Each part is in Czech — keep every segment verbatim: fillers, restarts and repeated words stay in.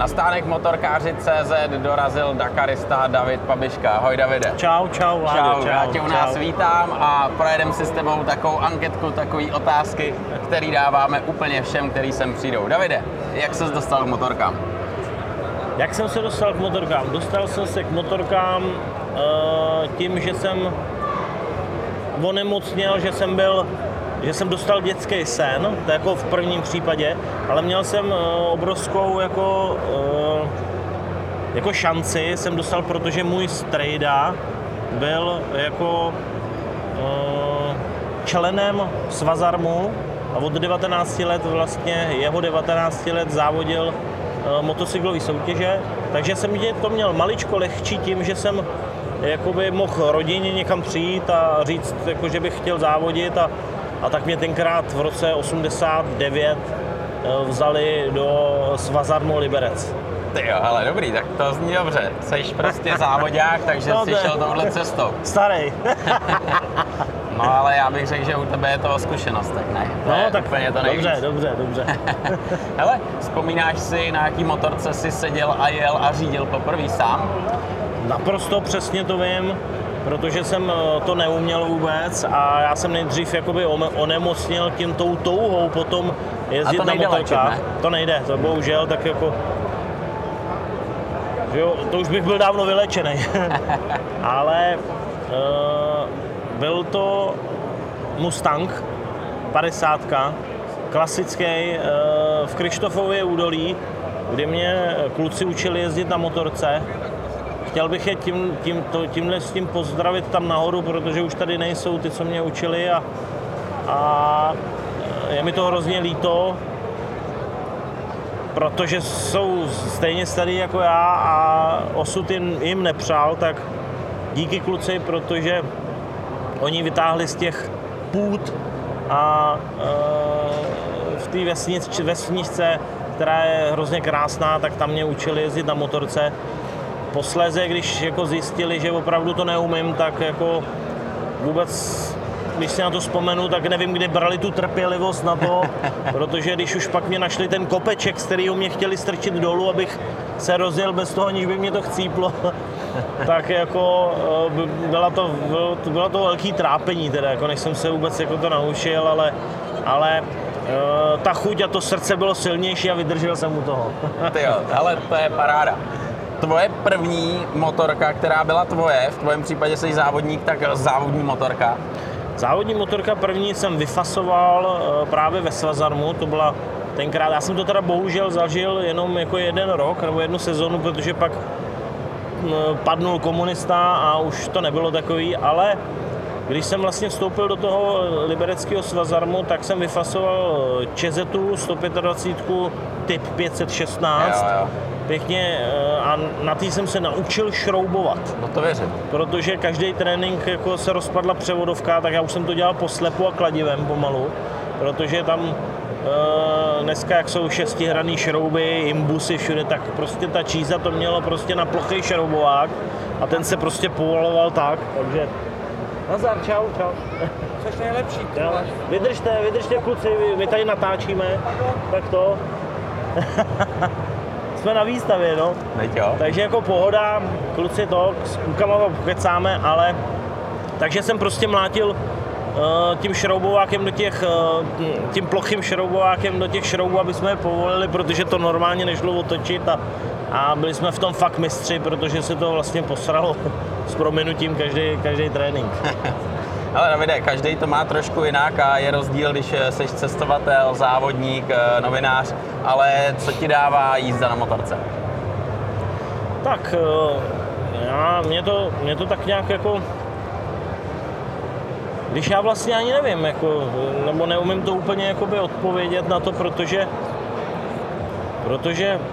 Na stánek motorkáři tečka cé zet dorazil Dakarista David Pabiška. Ahoj Davide. Čau, čau, Láďo, Čau, čau, já tě u nás čau. vítám a projedeme si s tebou takovou anketku, takové otázky, které dáváme úplně všem, kteří sem přijdou. Davide, jak ses dostal k motorkám? Jak jsem se dostal k motorkám? Dostal jsem se k motorkám uh, tím, že jsem onemocněl, že jsem byl, že jsem dostal dětský sen, to jako v prvním případě, ale měl jsem uh, obrovskou jako, uh, jako šanci, jsem dostal, protože můj strejda byl jako uh, členem Svazarmu a od devatenácti let vlastně, jeho devatenácti let závodil uh, motocyklové soutěže, takže jsem to měl maličko lehčí tím, že jsem jakoby mohl rodině někam přijít a říct, jako, že bych chtěl závodit a, a tak mě tenkrát v roce osmdesát devět vzali do Svazarmu Liberec. Ty jo, ale dobrý, tak to zní dobře. Seš prostě závodák, takže No, jsi to- šel touhle cestou. Starý. No ale já bych řekl, že u tebe je to o zkušenostech, ne? To No je tak úplně to nejvíc. dobře, dobře, dobře. Hele, vzpomínáš si, na jaký motorce jsi seděl a jel a řídil poprvé sám? Naprosto přesně to vím, protože jsem to neuměl vůbec a já jsem nejdřív jakoby ome- onemocněl tím tou touhou potom jezdit A to na nejde motorkách. léčit, To nejde, to bohužel tak jako... že Jo, to už bych byl dávno vylečený. Ale uh, byl to Mustang padesátka, klasický uh, v Krištofově údolí, kde mě kluci učili jezdit na motorce. Chtěl bych je tím, tím, to, tímhle s tím pozdravit tam nahoru, protože už tady nejsou ty, co mě učili a, a je mi to hrozně líto, protože jsou stejně starý jako já a osud jim, jim nepřál, tak díky kluci, protože oni vytáhli z těch půd a e, v té vesnic, vesničce, která je hrozně krásná, tak tam mě učili jezdit na motorce. Posléze, když jako zjistili, že opravdu to neumím, tak jako vůbec, když si na to vzpomenu, tak nevím, kde brali tu trpělivost na to, protože když už pak mě našli ten kopeček, z kterého mě chtěli strčit dolů, abych se rozjel bez toho, aniž by mě to chcíplo, tak jako byla to, bylo to, bylo to velký trápení, teda, jako než jsem se vůbec jako to naučil, ale, ale ta chuť a to srdce bylo silnější a vydržel jsem u toho. Ty jo, ale to je paráda. Tvoje první motorka, která byla tvoje, v tvém případě jsi závodník, tak závodní motorka. Závodní motorka první jsem vyfasoval právě ve Svazarmu, to byla tenkrát, já jsem to teda bohužel zažil jenom jako jeden rok nebo jednu sezonu, protože pak padnul komunista a už to nebylo takový, ale když jsem vlastně vstoupil do toho libereckého Svazarmu, tak jsem vyfasoval Čezetu sto dvacet pět typ pět set šestnáct. Jo, jo. Pěkně a na tý jsem se naučil šroubovat. No to věřím. Protože každý trénink jako se rozpadla převodovka, tak já už jsem to dělal po slepu a kladivem pomalu, protože tam e, dneska, jak jsou šestihranný šrouby, imbusy všude, tak prostě ta číza to mělo prostě na plochý šroubovák a ten se prostě povaloval tak, takže nazdar, čau, čau. Což nejlepší. Jo, vydržte, vydržte kluci, my tady natáčíme, tak to. Jsme na výstavě, no. Teď jo. Takže jako pohoda, kluci to, s klukama pokecáme, ale... Takže jsem prostě mlátil uh, tím šroubovákem do těch, uh, tím plochým šroubovákem do těch šroubů, aby jsme je povolili, protože to normálně nešlo otočit a, a byli jsme v tom fakt mistři, protože se to vlastně posralo s prominutím každý, každý trénink. Ale Davide, každý to má trošku jinak a je rozdíl, když jsi cestovatel, závodník, novinář, ale co ti dává jízda na motorce? Tak, já, mě, to, mě to tak nějak jako... Když já vlastně ani nevím, jako, nebo neumím to úplně jakoby odpovědět na to, protože... Protože...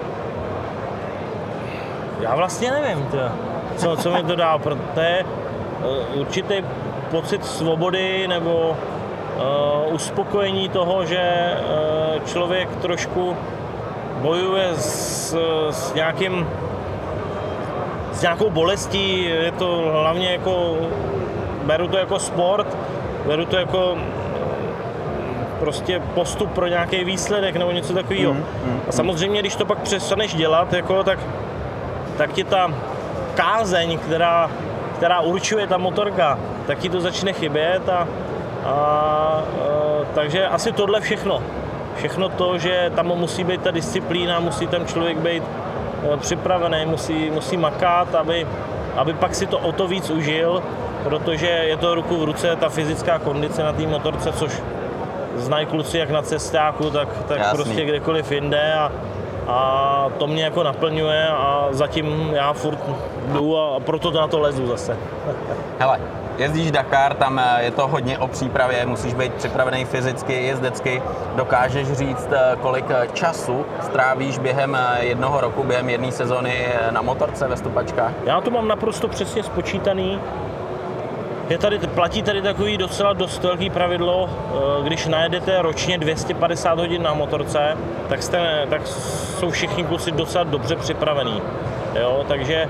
Já vlastně nevím, to, co, co mi to dá, protože určitý pocit svobody nebo uh, uspokojení toho, že uh, člověk trošku bojuje s, s nějakým s nějakou bolestí, je to hlavně jako, beru to jako sport, beru to jako prostě postup pro nějaký výsledek nebo něco takového. Mm, mm, a samozřejmě, když to pak přestaneš dělat, jako, tak, tak ti ta kázeň, která, která určuje ta motorka, tak ti to začne chybět. A, a, a, takže asi tohle všechno. Všechno to, že tam musí být ta disciplína, musí tam člověk být připravený, musí, musí makat, aby, aby pak si to o to víc užil, protože je to ruku v ruce, ta fyzická kondice na té motorce, což znají kluci jak na cestáku, tak, tak prostě kdekoliv jinde a, a to mě jako naplňuje a zatím já furt jdu a proto na to lezu zase. Hele, jezdíš Dakar, tam je to hodně o přípravě, musíš být připravený fyzicky, jezdecky. Dokážeš říct, kolik času strávíš během jednoho roku, během jedné sezony na motorce ve stupačkách? Já to mám naprosto přesně spočítaný. Je tady, platí tady takový docela dost velký pravidlo, když najedete ročně dvě stě padesát hodin na motorce, tak, jste, tak jsou všichni kluci docela dobře připravení. Jo, takže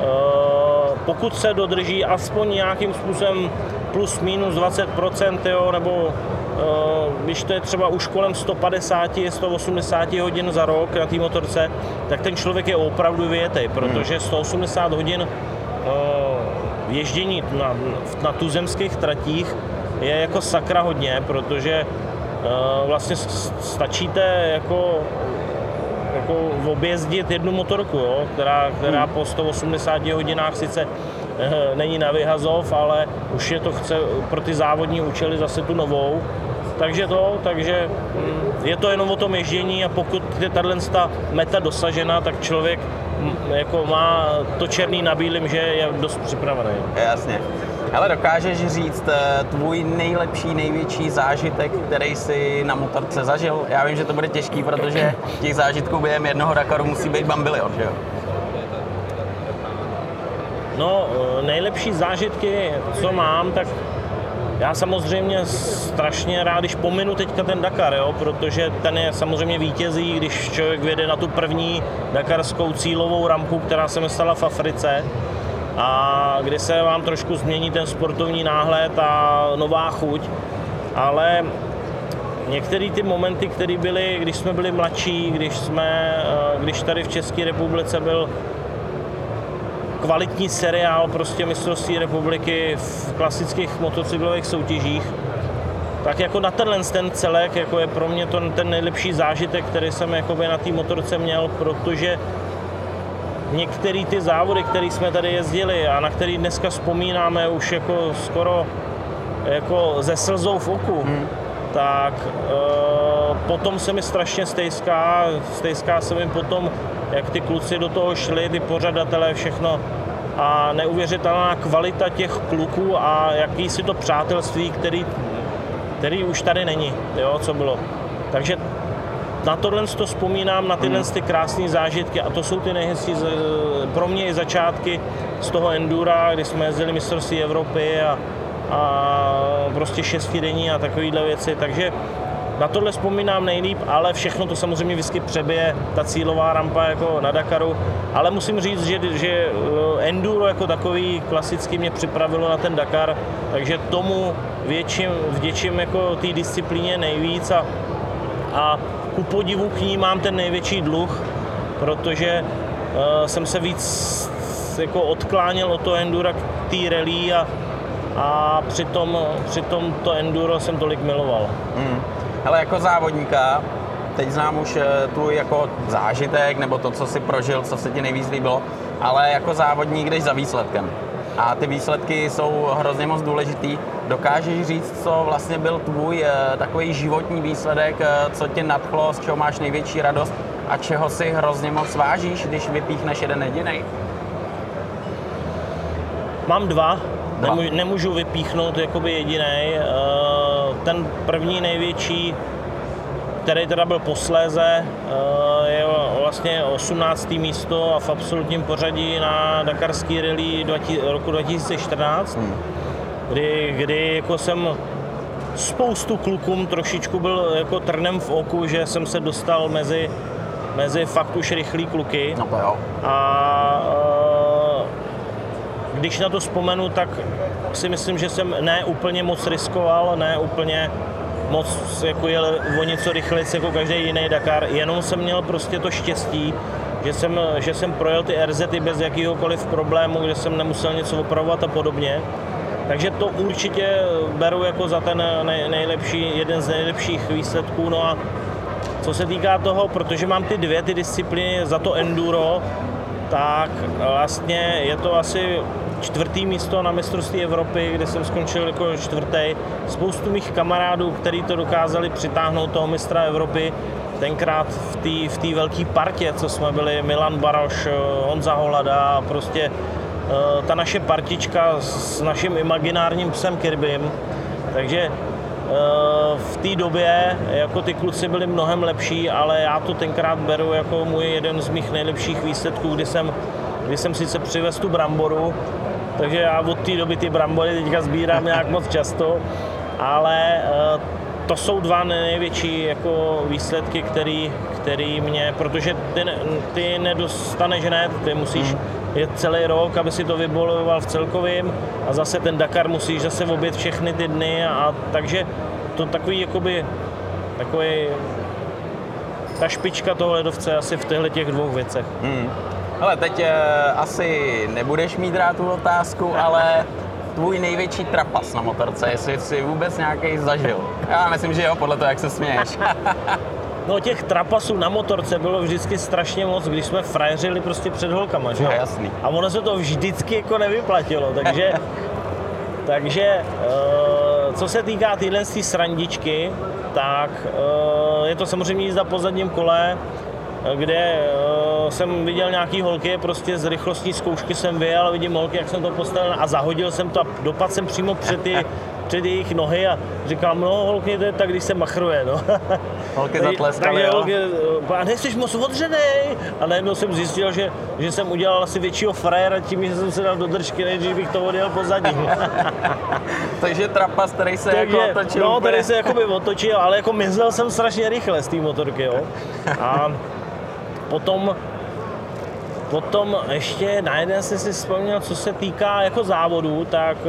pokud se dodrží aspoň nějakým způsobem plus minus dvacet procent, jo, nebo když to je třeba už kolem sto padesát, sto osmdesát hodin za rok na té motorce, tak ten člověk je opravdu vyjetej, protože sto osmdesát hodin ježdění na, na tuzemských tratích je jako sakra hodně, protože vlastně stačíte jako jako objezdit jednu motorku, jo, která, která po sto osmdesáti hodinách sice e, není na vyhazov, ale už je to chce pro ty závodní účely zase tu novou. Takže to, takže mm, je to jenom o tom ježdění a pokud je tato meta dosažena, tak člověk m, jako má to černý na bílým, že je dost připravený. Jasně. Ale dokážeš říct tvůj nejlepší, největší zážitek, který jsi na motorce zažil? Já vím, že to bude těžký, protože těch zážitků během jednoho Dakaru musí být bambilion, že jo? No, nejlepší zážitky, co mám, tak já samozřejmě strašně rád, když pominu teďka ten Dakar, jo, protože ten je samozřejmě vítězí, když člověk vyjede na tu první dakarskou cílovou rampu, která se mi stala v Africe, a kdy se vám trošku změní ten sportovní náhled a nová chuť, ale některé ty momenty, které byly, když jsme byli mladší, když jsme, když tady v České republice byl kvalitní seriál prostě mistrovství republiky v klasických motocyklových soutěžích, tak jako na tenhle ten celek jako je pro mě to ten nejlepší zážitek, který jsem jakoby na té motorce měl, protože některé ty závody, které jsme tady jezdili a na které dneska vzpomínáme už jako skoro jako ze slzou v oku, hmm. tak e, potom se mi strašně stejská, stejská se mi potom, jak ty kluci do toho šli, ty pořadatelé, všechno a neuvěřitelná kvalita těch kluků a jaký si to přátelství, který, který už tady není, jo, co bylo. Takže na tohle to vzpomínám, na tyhle ty krásné zážitky a to jsou ty nejhezčí pro mě i začátky z toho endura, kdy jsme jezdili mistrovství Evropy a, a prostě šestidenní a takovéhle věci, takže na tohle vzpomínám nejlíp, ale všechno to samozřejmě vždycky přebije, ta cílová rampa jako na Dakaru, ale musím říct, že, že enduro jako takový klasicky mě připravilo na ten Dakar, takže tomu větším, vděčím jako té disciplíně nejvíc a, a ku podivu k ní mám ten největší dluh, protože uh, jsem se víc jako odkláněl od toho endura k té rally a, a přitom, přitom to enduro jsem tolik miloval. Hmm. Hele, jako závodníka, teď znám už tvůj jako zážitek, nebo to, co jsi prožil, co se ti nejvíc líbilo, ale jako závodník jdeš za výsledkem. A ty výsledky jsou hrozně moc důležitý. Dokážeš říct, co vlastně byl tvůj takový životní výsledek, co tě nadchlo, z čeho máš největší radost a čeho si hrozně moc vážíš, když vypíchneš jeden jedinej? Mám dva. Dva. Nemůžu, nemůžu vypíchnout jakoby jedinej. Ten první největší, který teda byl posléze, je vlastně osmnácté místo a v absolutním pořadí na dakarský rally roku dva tisíce čtrnáct, hmm. kdy, kdy jako jsem spoustu klukům trošičku byl jako trnem v oku, že jsem se dostal mezi, mezi fakt už rychlý kluky. No to jo. A když na to vzpomenu, tak si myslím, že jsem ne úplně moc riskoval, ne úplně moc jako jel o něco rychleji jako každý jiný Dakar, jenom jsem měl prostě to štěstí, že jsem, že jsem projel ty er zety bez jakýhokoliv problému, kde jsem nemusel něco opravovat a podobně. Takže to určitě beru jako za ten nej, nejlepší, jeden z nejlepších výsledků. No a co se týká toho, protože mám ty dvě ty disciplíny za to enduro, tak vlastně je to asi čtvrtý místo na mistrovství Evropy, kde jsem skončil jako čtvrtý. Spoustu mých kamarádů, kteří to dokázali přitáhnout toho mistra Evropy, tenkrát v té v té velké partě, co jsme byli, Milan Baroš, Honza Holada a prostě ta naše partička s naším imaginárním psem Kirbym. Takže v té době jako ty kluci byli mnohem lepší, ale já to tenkrát beru jako můj jeden z mých nejlepších výsledků, kdy jsem, kdy jsem sice přivez tu bramboru, takže já od té doby ty brambory teďka sbírám nějak moc často, ale to jsou dva největší jako výsledky, který, který mě, protože ty, ty nedostaneš hned, ty musíš jet celý rok, aby si to vyboloval v celkovým a zase ten Dakar musíš zase objet všechny ty dny a takže to takový jakoby, takový ta špička toho ledovce asi v těchto těch dvou věcech. Hmm. Hele, teď e, asi nebudeš mít rád tu otázku, ale tvůj největší trapas na motorce, jestli jsi vůbec nějaký zažil. Já myslím, že jo, podle toho, jak se směješ. No těch trapasů na motorce bylo vždycky strašně moc, když jsme frajeřili prostě před holkama, že jo? Jasný. A ono se to vždycky jako nevyplatilo, takže, takže co se týká téhle srandičky, tak je to samozřejmě jízda po zadním kole, kde jsem viděl nějaký holky, prostě z rychlostní zkoušky jsem vyjel, vidím holky, jak jsem to postavil a zahodil jsem to a dopadl jsem přímo před, ty, před jejich nohy a říkám, no holky, to je tak, když se machruje, no. Holky zatleskaly, jo? Holky, a nejsi moc odřenej. A najednou jsem zjistil, že, že jsem udělal asi většího frajera tím, že jsem se dal do držky, než bych to odjel po zadním. Takže trapas, který se Takže, jako otočil. No, úplně. který se jako by otočil, ale jako myslel jsem strašně rychle z té motorky, jo. A potom, potom ještě na jeden jsem si vzpomněl, co se týká jako závodů, tak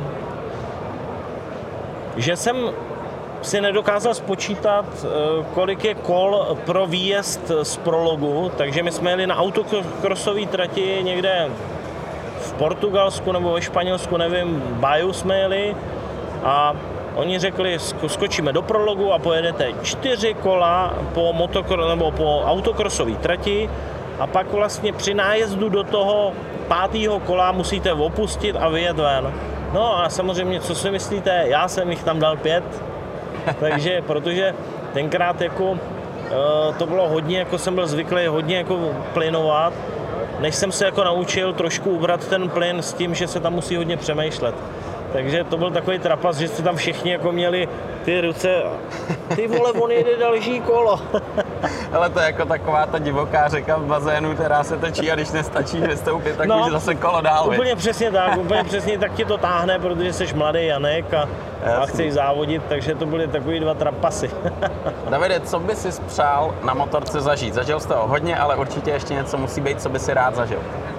že jsem si nedokázal spočítat, kolik je kol pro výjezd z prologu, takže my jsme jeli na autokrosové trati někde v Portugalsku nebo ve Španělsku, nevím, Baju jsme jeli a oni řekli, skočíme do prologu a pojedete čtyři kola po, motokro, nebo po autokrosové trati a pak vlastně při nájezdu do toho pátého kola musíte opustit a vyjet ven. No a samozřejmě, co si myslíte, já jsem jich tam dal pět, takže, protože tenkrát jako to bylo hodně, jako jsem byl zvyklý hodně jako plynovat, než jsem se jako naučil trošku ubrat ten plyn s tím, že se tam musí hodně přemýšlet. Takže to byl takový trapas, že jste tam všichni jako měli ty ruce, ty vole, on jede další kolo. Ale to je jako taková ta divoká řeka v bazénu, která se točí a když nestačí vystoupit, tak no, už zase kolo dál. Úplně viď? přesně tak, úplně přesně tak ti to táhne, protože jsi mladý Janek a, a chceš závodit, takže to byly takový dva trapasy. Davide, co by si přál na motorce zažít? Zažil jsi toho hodně, ale určitě ještě něco musí být, co by si rád zažil.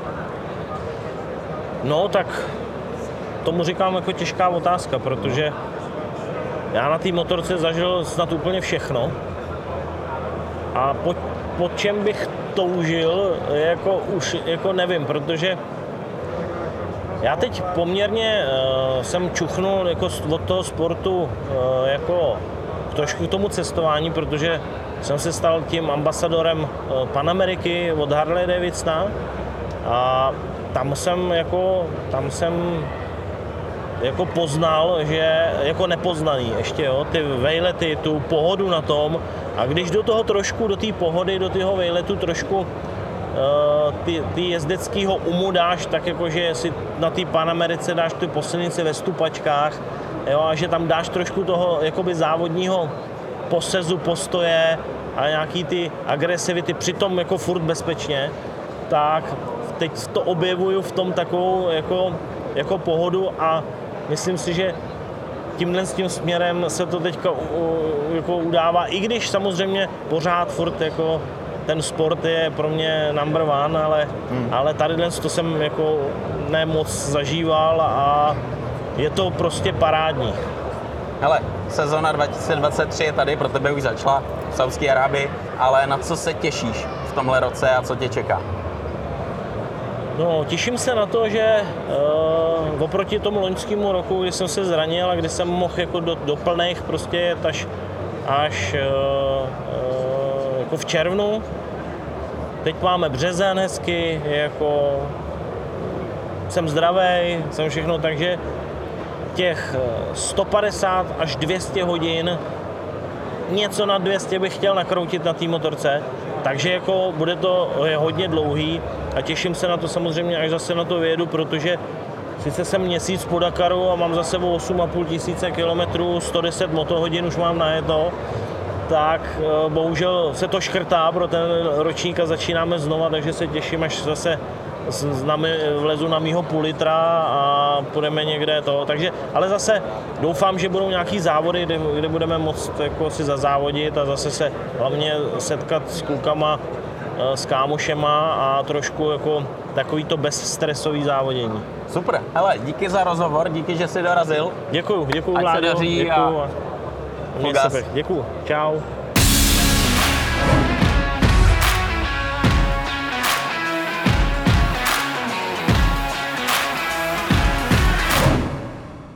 No tak tomu říkám jako těžká otázka, protože já na té motorce zažil snad úplně všechno a po, po čem bych toužil, jako už jako nevím, protože já teď poměrně uh, jsem čuchnul jako od toho sportu uh, jako trošku k tomu cestování, protože jsem se stal tím ambasadorem uh, Panameriky od Harley Davidsona a tam jsem jako, tam jsem jako poznal, že jako nepoznaný ještě, jo, ty vejlety, tu pohodu na tom a když do toho trošku, do té pohody, do toho vejletu trošku uh, ty, ty jezdeckýho umu dáš, tak jako, že si na té Panamerice dáš ty posilnice ve stupačkách, jo, a že tam dáš trošku toho jakoby závodního posezu, postoje a nějaký ty agresivity, přitom jako furt bezpečně, tak teď to objevuju v tom takovou jako, jako pohodu a myslím si, že tímhle s tím směrem se to teďka jako udává, i když samozřejmě pořád furt jako ten sport je pro mě number one, ale, hmm. ale tadyhle to jsem jako nemoc zažíval a je to prostě parádní. Hele, sezona dva tisíce dvacet tři je tady, pro tebe už začala v Saúdské Arábii, ale na co se těšíš v tomhle roce a co tě čeká? No, těším se na to, že uh, oproti tomu loňskému roku, kdy jsem se zranil a kdy jsem mohl jako do, do plných prostě jet až, až uh, uh, jako v červnu. Teď máme březen hezky, jako jsem zdravý, jsem všechno, takže těch sto padesát až dvě stě hodin, něco na dvě stě bych chtěl nakroutit na té motorce, takže jako bude to hodně dlouhý a těším se na to samozřejmě, až zase na to vyjedu, protože sice jsem měsíc po Dakaru a mám za sebou osm a půl tisíce kilometrů, sto deset motohodin už mám najeto, tak bohužel se to škrtá pro ten ročník a začínáme znova, takže se těším, až zase vlezu na mýho půl litra a půjdeme někde to. Takže, ale zase doufám, že budou nějaký závody, kde, kde budeme moct jako si zazávodit a zase se hlavně setkat s klukama, s kámošema a trošku jako takový to bezstresový závodění. Super, hele, díky za rozhovor, díky, že jsi dorazil. Děkuju, děkuju Ať se Vláďo, daří děkuju. a Měj se pěkně. Děkuju, čau.